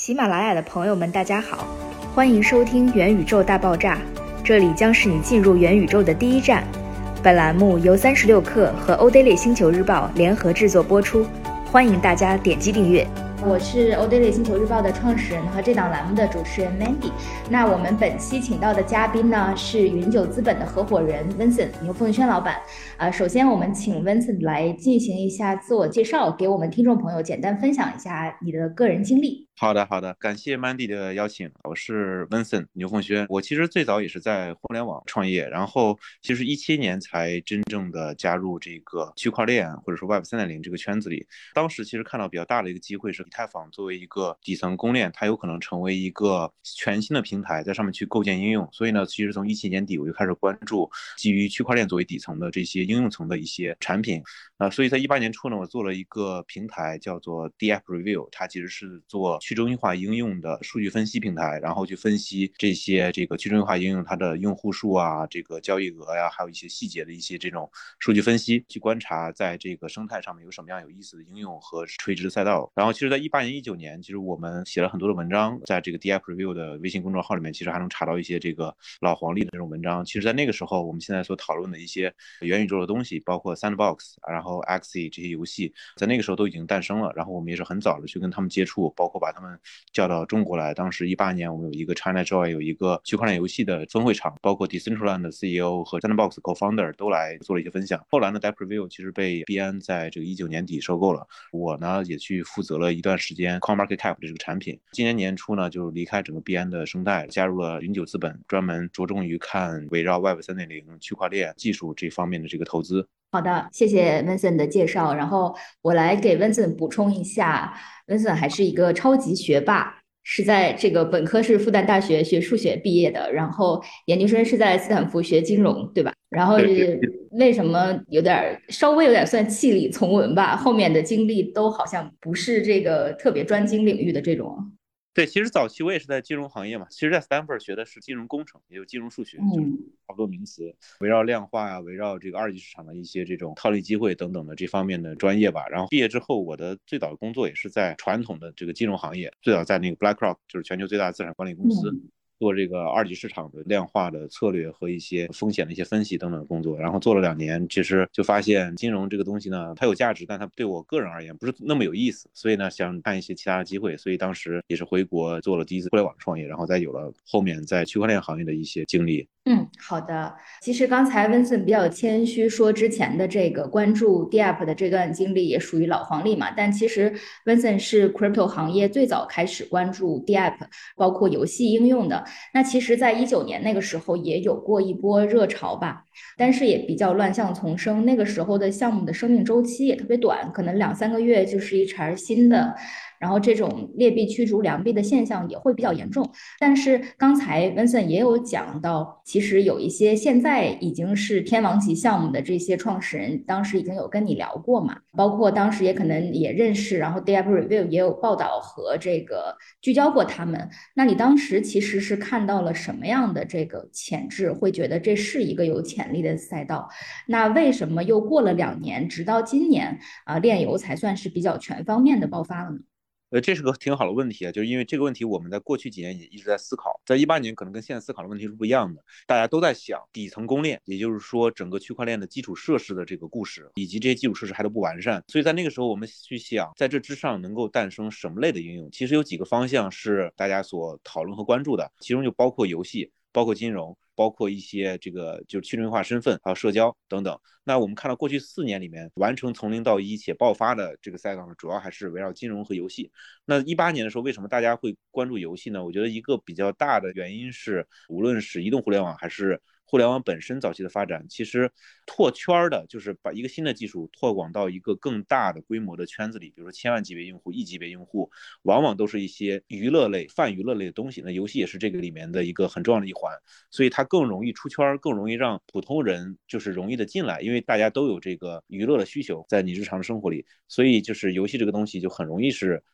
喜马拉雅的朋友们，大家好，欢迎收听元宇宙大爆炸，这里将是你进入元宇宙的第一站。本栏目由36氪和欧 Daily 星球日报联合制作播出，欢迎大家点击订阅。我是欧 Daily 星球日报的创始人和这档栏目的主持人 Mandy。那我们本期请到的嘉宾呢是云九资本的合伙人 Vincent 牛凤轩老板。首先我们请 Vincent 来进行一下自我介绍，给我们听众朋友简单分享一下你的个人经历。 好的，感谢 Mandy 的邀请。我是 Vincent 牛凤轩，我其实最早也是在互联网创业，然后其实17年才真正的加入这个区块链或者说 Web 3.0这个圈子里。当时其实看到比较大的一个机会是以太坊作为一个底层公链，它有可能成为一个全新的平台，在上面去构建应用。所以呢，其实从17年底我就开始关注基于区块链作为底层的这些应用层的一些产品。所以在18年初呢，我做了一个平台叫做 DApp Review， 它其实是做去中心化应用的数据分析平台，然后去分析这个去中心化应用它的用户数啊，这个交易额呀，还有一些细节的一些这种数据分析，去观察在这个生态上面有什么样有意思的应用和垂直的赛道。然后其实在18年19年，其实我们写了很多的文章，在这个 DApp Review 的微信公众号里面，其实还能查到一些这个老黄历的这种文章。其实在那个时候，我们现在所讨论的一些元宇宙的东西，包括 Sandbox， 然后 Axie 这些游戏，在那个时候都已经诞生了。然后我们也是很早的去跟他们接触，包括把他们叫到中国来。当时18年我们有一个 ChinaJoy， 有一个区块链游戏的分会场，包括 Decentraland 的 CEO 和 Sandbox Co-founder 都来做了一些分享。后来呢 DApp Review 其实被币安在这个19年底收购了，我呢也去负责了一段时间 CoinMarketCap 的这个产品。今年年初呢就离开整个币安的生态，加入了云九资本，专门着重于看围绕 Web 3.0 区块链技术这方面的这个投资。 好的，谢谢 Vincent 的介绍。然后我来给 Vincent 补充一下，Vincent 还是一个超级学霸，是在这个本科是复旦大学学数学毕业的，然后研究生是在斯坦福学金融，对吧？然后为什么稍微有点算弃理从文吧，后面的经历都好像不是这个特别专精领域的这种。 对，其实早期我也是在金融行业嘛，其实在 Stanford 学的是金融工程，也有金融数学，就是差不多名词，围绕量化啊，围绕这个二级市场的一些这种套利机会等等的这方面的专业吧。然后毕业之后，我的最早的工作也是在传统的这个金融行业，最早在那个 BlackRock， 就是全球最大的资产管理公司。做这个二级市场的量化的策略和一些风险的一些分析等等的工作，然后做了2年，其实就发现金融这个东西呢，它有价值，但它对我个人而言不是那么有意思，所以呢，想看一些其他的机会，所以当时也是回国做了第一次互联网创业，然后再有了后面在区块链行业的一些经历。 好的。其实刚才 Vincent 比较谦虚说之前的这个关注 DApp 的这段经历也属于老黄历嘛，但其实 Vincent 是 crypto 行业最早开始关注 DApp 包括游戏应用的。那其实在19年那个时候也有过一波热潮吧，但是也比较乱象丛生，那个时候的项目的生命周期也特别短，可能2-3个月就是一茬新的，然后这种劣币驱逐良币的现象也会比较严重。但是刚才 Vincent 也有讲到，其实有一些现在已经是天王级项目的这些创始人，当时已经有跟你聊过嘛，包括当时也可能也认识，然后 DApp Review 也有报道和这个聚焦过他们。那你当时其实是看到了什么样的这个潜质，会觉得这是一个有潜力的赛道？那为什么又过了2年，直到今年链游才算是比较全方面的爆发了呢？ 这是个挺好的问题啊，就是因为这个问题我们在过去几年也一直在思考，在18年可能跟现在思考的问题是不一样的，大家都在想底层公链，也就是说整个区块链的基础设施的这个故事，以及这些基础设施还都不完善，所以在那个时候我们去想，在这之上能够诞生什么类的应用，其实有几个方向是大家所讨论和关注的，其中就包括游戏，包括金融，包括一些这个就是去中心化身份还有社交等等。那我们看到过去4年里面完成从0到1且爆发的这个赛道呢，主要还是围绕金融和游戏。那18年的时候为什么大家会关注游戏呢？我觉得一个比较大的原因是，无论是移动互联网还是互联网本身早期的发展，其实拓圈的就是把一个新的技术拓广到一个更大的规模的圈子里，比如说1000万级别用户、亿级别用户，往往都是一些娱乐类、泛娱乐类的东西。那游戏也是这个里面的一个很重要的一环，所以它更容易出圈，更容易让普通人就是容易的进来，因为大家都有这个娱乐的需求在你日常生活里，所以就是游戏这个东西就很容易是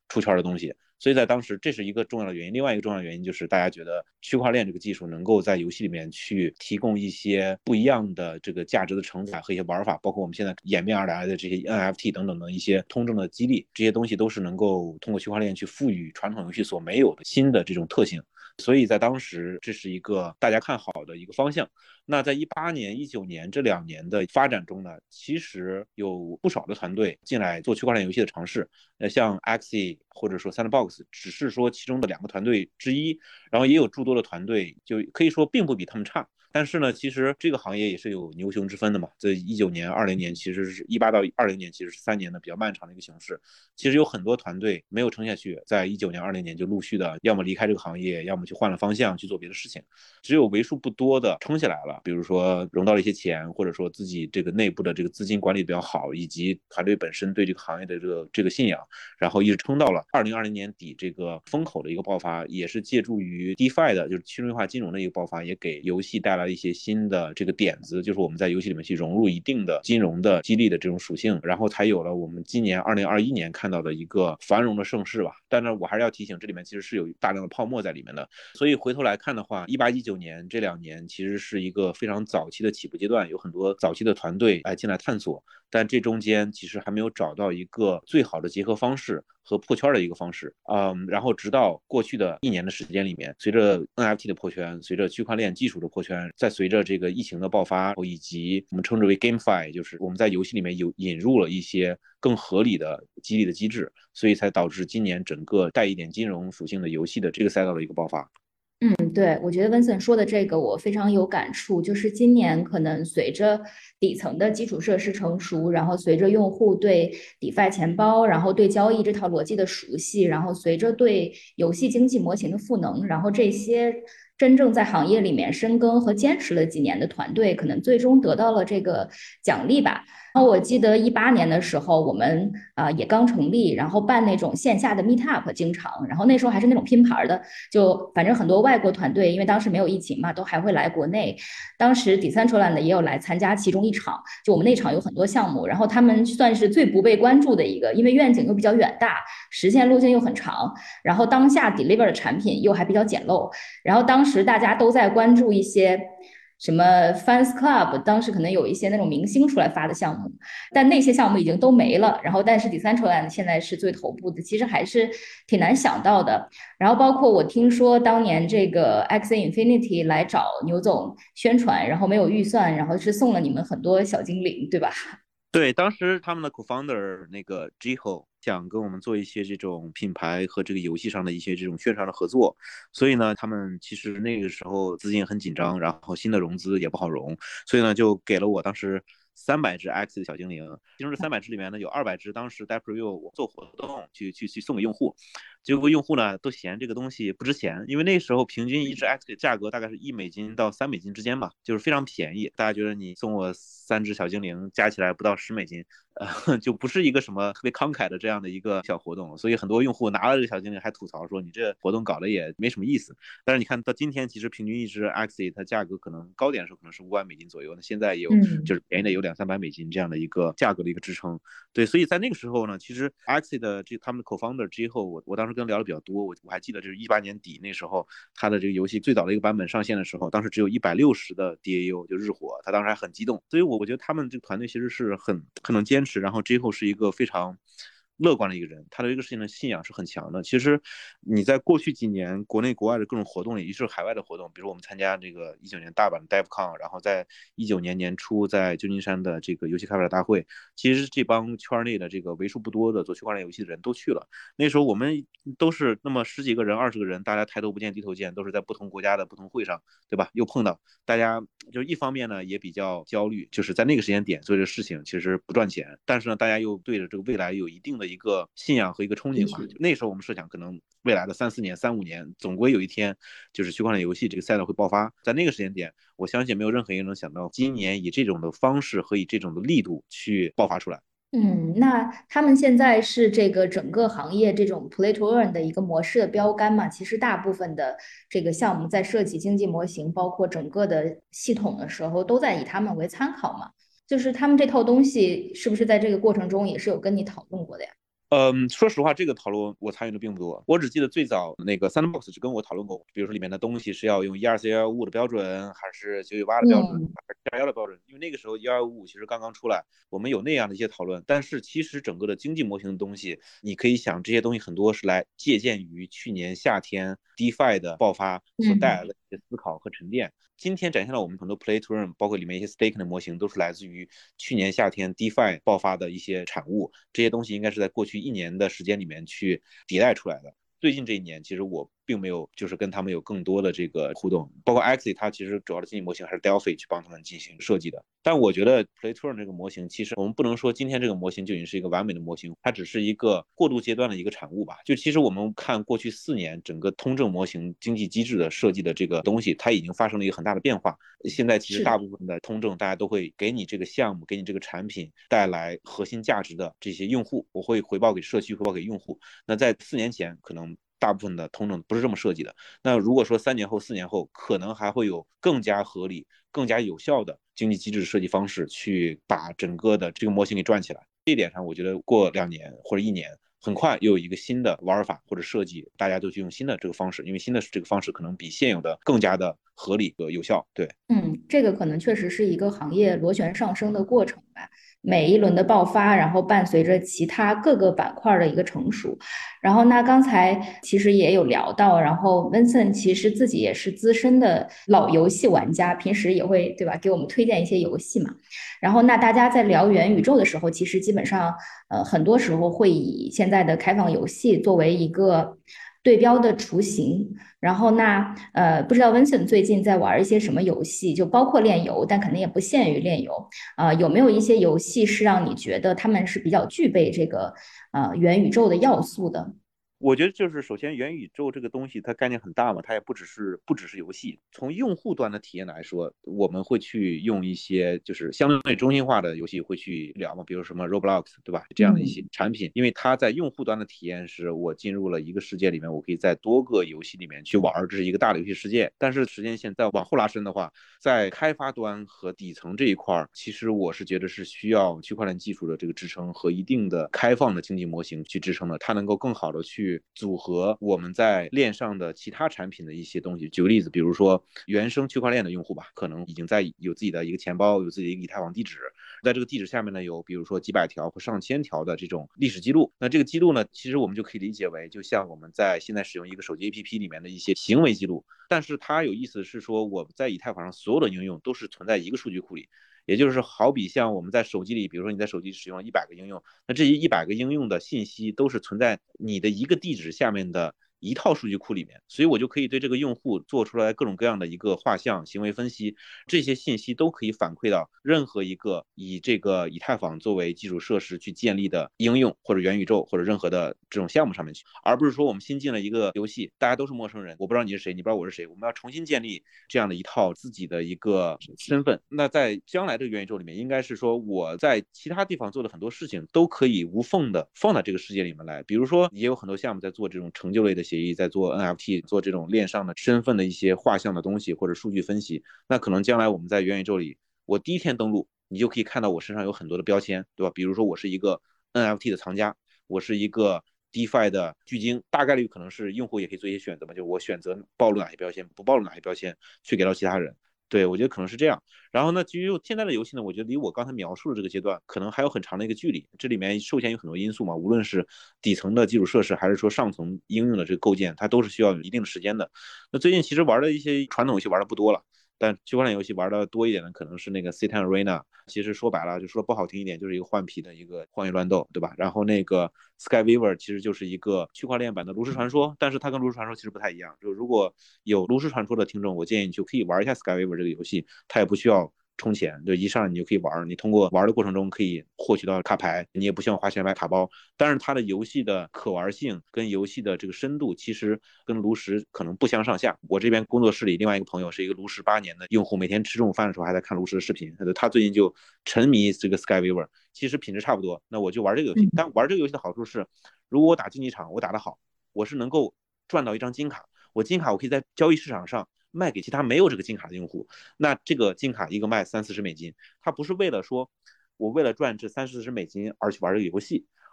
出圈的东西。所以在当时，这是一个重要的原因。另外一个重要的原因就是大家觉得区块链这个技术能够在游戏里面去提供一些不一样的这个价值的承载和一些玩法，包括我们现在演变而来的这些 NFT 等等的一些通证的激励，这些东西都是能够通过区块链去赋予传统游戏所没有的新的这种特性。所以在当时，这是一个大家看好的一个方向。那在18年、19年这2年的发展中呢，其实有不少的团队进来做区块链游戏的尝试。像 Axie 或者说 Sandbox 只是说其中的2个团队之一，然后也有诸多的团队，就可以说并不比他们差。但是呢，其实这个行业也是有牛熊之分的嘛。这19年、20年，其实是18到20年，其实是3年的比较漫长的一个形势。其实有很多团队没有撑下去，在19年、20年就陆续的要么离开这个行业，要么去换了方向去做别的事情。只有为数不多的撑下来了，比如说融到了一些钱，或者说自己这个内部的这个资金管理比较好，以及团队本身对这个行业的这个信仰，然后一直撑到了2020年底这个风口的一个爆发，也是借助于 DeFi 的，就是去中心化金融的一个爆发，也给游戏带来一些新的这个点子，就是我们在游戏里面去融入一定的金融的激励的这种属性，然后才有了我们今年2021年看到的一个繁荣的盛世吧。但是我还是要提醒，这里面其实是有大量的泡沫在里面的。所以回头来看的话，18、19年这2年其实是一个非常早期的起步阶段，有很多早期的团队进来探索，但这中间其实还没有找到一个最好的结合方式和破圈的一个方式。然后直到过去的1年的时间里面，随着 NFT 的破圈，随着区块链技术的破圈，再随着这个疫情的爆发，以及我们称之为 GameFi， 就是我们在游戏里面有引入了一些更合理的激励的机制，所以才导致今年整个带一点金融属性的游戏的这个赛道的一个爆发。 对，我觉得 Vincent 说的这个我非常有感触，就是今年可能随着底层的基础设施成熟，然后随着用户对 DeFi 钱包，然后对交易这套逻辑的熟悉，然后随着对游戏经济模型的赋能，然后这些真正在行业里面深耕和坚持了几年的团队，可能最终得到了这个奖励吧。然后我记得18年的时候，我们也刚成立，然后办那种线下的 meetup，经常，然后那时候还是那种拼盘的，就反正很多外国团队，因为当时没有疫情嘛，都还会来国内。当时 Decentraland 也有来参加其中一场，就我们那场有很多项目，然后他们算是最不被关注的一个，因为愿景又比较远大，实现路径又很长，然后当下 deliver 的产品又还比较简陋，然后当时大家都在关注一些。什么 Fans Club，当时可能有一些那种明星出来发的项目，但那些项目已经都没了。然后，但是 Decentraland 现在是最头部的，其实还是挺难想到的。然后，包括我听说当年这个 Axie Infinity 来找牛总宣传，然后没有预算，然后是送了你们很多小精灵，对吧？ 对，当时他们的 co-founder 那个 Jiho 想跟我们做一些这种品牌和这个游戏上的一些这种宣传的合作，所以呢，他们其实那个时候资金很紧张，然后新的融资也不好融，所以呢，就给了我当时300只 X 的小精灵，其中这300只里面呢有200只当时 Dev Preview 我做活动去送给用户，结果用户呢都嫌这个东西不值钱，因为那时候平均一只 X 的价格大概是$1到$3之间吧，就是非常便宜，大家觉得你送我3只小精灵加起来不到$10，就不是一个什么特别慷慨的这样的一个小活动，所以很多用户拿了这个小精灵还吐槽说你这活动搞得也没什么意思。但是你看到今天，其实平均一只 Axie 它价格可能高点的时候可能是$500左右，那现在也有就是便宜的有$200-300这样的一个价格的一个支撑。对，所以在那个时候呢，其实 Axie 的他们的 co-founder 之后，我当时跟聊的比较多，我还记得就是18年底那时候，他的这个游戏最早的一个版本上线的时候，当时只有160的 DAU 就日活，他当时还很激动，所以我觉得他们这个团队其实是很能坚持，然后之后是一个非常乐观的一个人，他的这个事情的信仰是很强的。其实你在过去几年国内国外的各种活动里，也就是海外的活动，比如我们参加这个19年大阪的 DevCon， 然后在19年年初在旧金山的这个游戏开发者大会，其实这帮圈内的这个为数不多的做区块链游戏的人都去了。那时候我们都是那么10几个人、20个人，大家抬头不见低头见，都是在不同国家的不同会上，对吧？又碰到大家，就是一方面呢也比较焦虑，就是在那个时间点做这个事情其实不赚钱，但是呢大家又对着这个未来有一定的一个信仰和一个憧憬嘛。那时候我们设想可能未来的3、4年、3、5年，总归有一天就是区块链游戏这个赛道会爆发。在那个时间点，我相信没有任何人能想到今年以这种的方式和以这种的力度去爆发出来。 那他们现在是这个整个行业这种 play to earn 的一个模式的标杆嘛？其实大部分的这个项目在设计经济模型，包括整个的系统的时候，都在以他们为参考嘛。就是他们这套东西是不是在这个过程中也是有跟你讨论过的呀？ 说实话，这个讨论我参与的并不多。我只记得最早那个 Sandbox 是跟我讨论过，比如说里面的东西是要用124.115的标准，还是998的标准， 嗯， 还是121的标准？因为那个时候125其实刚刚出来，我们有那样的一些讨论。但是其实整个的经济模型的东西，你可以想这些东西很多是来借鉴于去年夏天 DeFi 的爆发所带来嗯， 的一些思考和沉淀。今天展现了我们很多 Play to Earn，包括里面一些 Staking 的模型，都是来自于去年夏天 DeFi 爆发的一些产物。这些东西应该是在过去一年的时间里面去迭代出来的。最近这一年，其实我并没有就是跟他们有更多的这个互动，包括 Axie，它其实主要的经济模型还是 Delphi 去帮他们进行设计的。但我觉得 Playturn 这个模型，其实我们不能说今天这个模型就已经是一个完美的模型，它只是一个过渡阶段的一个产物吧。就其实我们看过去4年整个通证模型经济机制的设计的这个东西，它已经发生了一个很大的变化。现在其实是的。 大部分的通证，大家都会给你这个项目，给你这个产品带来核心价值的这些用户，我会回报给社区，回报给用户。那在4年前，可能大部分的通证不是这么设计的。那如果说3年后、4年后，可能还会有更加合理、更加有效的经济机制设计方式，去把整个的这个模型给转起来。这一点上，我觉得过2年或者1年，很快又有一个新的玩法或者设计，大家都去用新的这个方式，因为新的这个方式可能比现有的更加的合理和有效。对， 这个可能确实是一个行业螺旋上升的过程吧。每一轮的爆发，然后伴随着其他各个板块的一个成熟。然后那刚才其实也有聊到，然后 Vincent 其实自己也是资深的老游戏玩家，平时也会对吧给我们推荐一些游戏嘛。然后那大家在聊元宇宙的时候，其实基本上很多时候会以现在的开放游戏作为一个对标的雏形。然后那不知道 Vincent 最近在玩一些什么游戏，就包括炼油，但肯定也不限于炼油。有没有一些游戏是让你觉得他们是比较具备这个元宇宙的要素的？ 我觉得就是首先元宇宙这个东西它概念很大嘛，它也不只是游戏。从用户端的体验来说，我们会去用一些就是相对中心化的游戏会去聊嘛，比如什么 Roblox 对吧？这样的一些嗯， 产品，因为它在用户端的体验是我进入了一个世界里面，我可以在多个游戏里面去玩，这是一个大的游戏世界。但是时间线再往后拉伸的话，在开发端和底层这一块，其实我是觉得是需要区块链技术的这个支撑和一定的开放的经济模型去支撑的，它能够更好的去组合我们在链上的其他产品的一些东西。举个例子，比如说原生区块链的用户吧，可能已经有自己的一个钱包，有自己的一个以太坊地址，在这个地址下面呢，有比如说几百条或上千条的这种历史记录。那这个记录呢，其实我们就可以理解为，就像我们在现在使用一个手机 APP 里面的一些行为记录。但是它有意思是说，我在以太坊上所有的应用都是存在一个数据库里，也就是好比像我们在手机里，比如说你在手机使用了100个应用，那这100个应用的信息都是存在你的一个地址下面的一套数据库里面，所以我就可以对这个用户做出来各种各样的一个画像、行为分析，这些信息都可以反馈到任何一个以这个以太坊作为基础设施去建立的应用或者元宇宙或者任何的这种项目上面去，而不是说我们新进了一个游戏，大家都是陌生人，我不知道你是谁，你不知道我是谁，我们要重新建立这样的一套自己的一个身份。那在将来的元宇宙里面，应该是说我在其他地方做的很多事情都可以无缝的放到这个世界里面来。比如说，也有很多项目在做这种成就类的协议，在做 NFT，做这种链上的身份的一些画像的东西或者数据分析。那可能将来我们在元宇宙里，我第一天登录，你就可以看到我身上有很多的标签，对吧？比如说我是一个 NFT 的藏家，我是一个 DeFi 的巨鲸，大概率可能是用户也可以做一些选择嘛，就我选择暴露哪些标签，不暴露哪些标签，去给到其他人。对，我觉得可能是这样。然后呢，基于现在的游戏呢，我觉得离我刚才描述的这个阶段，可能还有很长的一个距离。这里面受限于很多因素嘛，无论是底层的基础设施，还是说上层应用的这个构建，它都是需要有一定的时间的。那最近其实玩的一些传统游戏玩的不多了，但区块链游戏玩的多一点的可能是那个 Catan Arena，其实说白了就说不好听一点，就是一个换皮的一个荒野乱斗，对吧？然后那个 Skyweaver 其实就是一个区块链版的炉石传说，但是它跟炉石传说其实不太一样。就如果有炉石传说的听众，我建议你就可以玩一下 Skyweaver 这个游戏，它也不需要充钱，就一上来你就可以玩，你通过玩的过程中可以获取到卡牌，你也不需要花钱买卡包。但是它的游戏的可玩性跟游戏的这个深度，其实跟炉石可能不相上下。我这边工作室里另外一个朋友是一个炉石8年的用户，每天吃中午饭的时候还在看炉石的视频，他最近就沉迷这个 Skyweaver，其实品质差不多。那我就玩这个游戏，但玩这个游戏的好处是，如果我打竞技场我打得好，我是能够赚到一张金卡，我金卡我可以在交易市场上卖给其他没有这个金卡的用户，那这个金卡一个卖30-40美金，它不是为了说我为了赚这30-40美金而去玩这个游戏，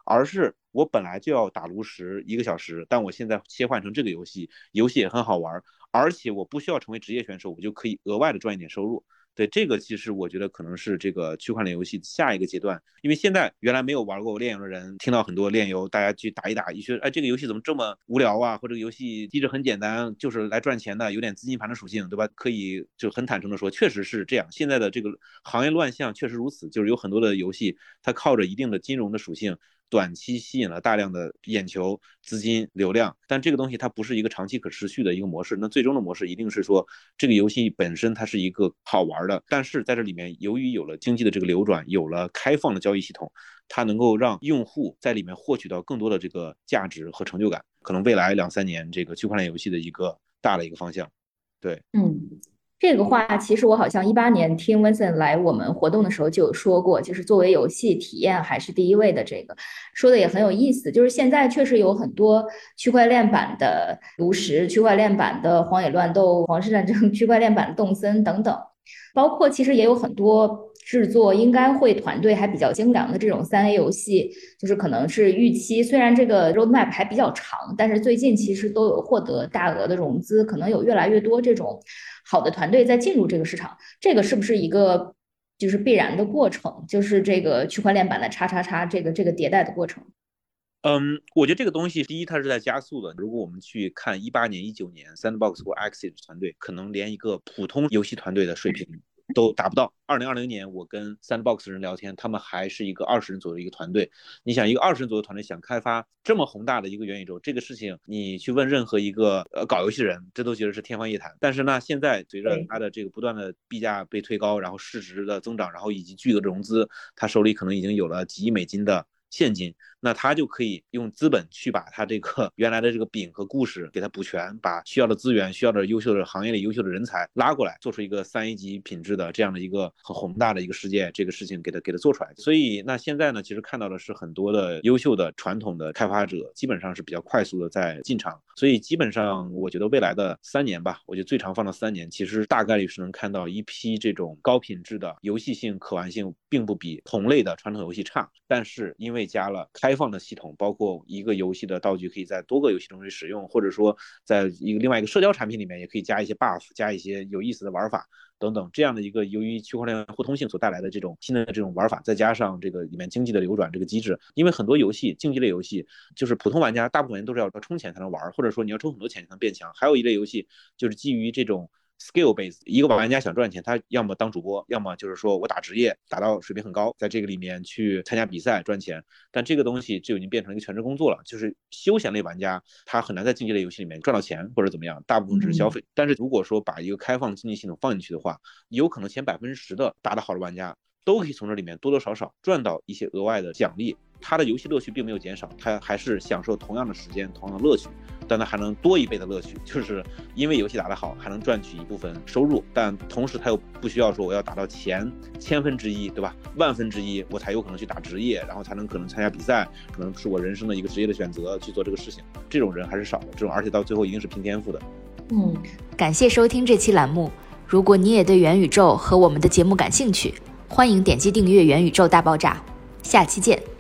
而是我本来就要打炉石1个小时，但我现在切换成这个游戏，游戏也很好玩，而且我不需要成为职业选手，我就可以额外的赚一点收入。对，这个其实我觉得可能是这个区块链游戏下一个阶段，因为现在原来没有玩过炼油的人，听到很多炼油，大家去打一打，一觉得哎这个游戏怎么这么无聊啊，或者游戏机制很简单，就是来赚钱的，有点资金盘的属性，对吧？可以就很坦诚的说，确实是这样。现在的这个行业乱象确实如此，就是有很多的游戏它靠着一定的金融的属性。短期吸引了大量的眼球、资金、流量，但这个东西它不是一个长期可持续的一个模式。那最终的模式一定是说，这个游戏本身它是一个好玩的，但是在这里面由于有了经济的这个流转，有了开放的交易系统，它能够让用户在里面获取到更多的这个价值和成就感，可能未来2-3年这个区块链游戏的一个大的一个方向。对， 这个话其实我好像18年听 Vincent 来我们活动的时候就有说过，就是作为游戏体验还是第一位的，这个说的也很有意思。就是现在确实有很多区块链版的炉石、区块链版的荒野乱斗、皇室战争、区块链版的动森等等，包括其实也有很多制作应该会团队还比较精良的这种3A 游戏，就是可能是预期虽然这个 roadmap 还比较长，但是最近其实都有获得大额的融资，可能有越来越多这种好的团队在进入这个市场。这个是不是一个就是必然的过程？就是这个区块链版的叉叉叉这个迭代的过程。 我觉得这个东西，第一，它是在加速的。如果我们去看18年、19年 Sandbox 或 Axie 团队，可能连一个普通游戏团队的水平都达不到。2020年，我跟 Sandbox 人聊天，他们还是一个20人左右的一个团队。你想，一个20人左右的团队想开发这么宏大的一个元宇宙，这个事情你去问任何一个搞游戏的人，这都觉得是天方夜谭。但是呢，现在随着它的这个不断的币价被推高，然后市值的增长，然后以及巨额的融资，他手里可能已经有了几亿美金的现金，那他就可以用资本去把他这个原来的这个饼和故事给他补全，把需要的资源、需要的优秀的行业里优秀的人才拉过来，做出一个3A 级品质的这样的一个很宏大的一个世界，这个事情给他做出来。所以那现在呢，其实看到的是很多的优秀的传统的开发者，基本上是比较快速的在进场。所以基本上我觉得未来的3年吧，我觉得最长放到3年，其实大概率是能看到一批这种高品质的游戏性、可玩性并不比同类的传统游戏差，但是因为加了开放的系统，包括一个游戏的道具可以在多个游戏中去使用，或者说在另外一个社交产品里面也可以加一些 buff， 加一些有意思的玩法等等，这样的一个由于区块链互通性所带来的这种新的这种玩法，再加上这个里面经济的流转这个机制，因为很多游戏竞技类游戏就是普通玩家大部分人都是要充钱才能玩，或者说你要充很多钱才能变强，还有一类游戏就是基于这种skill base， 一个玩家想赚钱，他要么当主播，要么就是说我打职业，打到水平很高，在这个里面去参加比赛赚钱。但这个东西就已经变成一个全职工作了，就是休闲类玩家他很难在竞技类游戏里面赚到钱或者怎么样，大部分只是消费。但是如果说把一个开放的经济系统放进去的话，有可能前10%的打得好的玩家都可以从这里面多多少少赚到一些额外的奖励。他的游戏乐趣并没有减少，他还是享受同样的时间、同样的乐趣，但他还能多一倍的乐趣，就是因为游戏打得好，还能赚取一部分收入，但同时他又不需要说我要打到前1/1000，对吧？1/1000，我才有可能去打职业，然后才能可能参加比赛，可能是我人生的一个职业的选择去做这个事情。这种人还是少的，这种而且到最后一定是拼天赋的。 感谢收听这期栏目。如果你也对元宇宙和我们的节目感兴趣，欢迎点击订阅元宇宙大爆炸。下期见。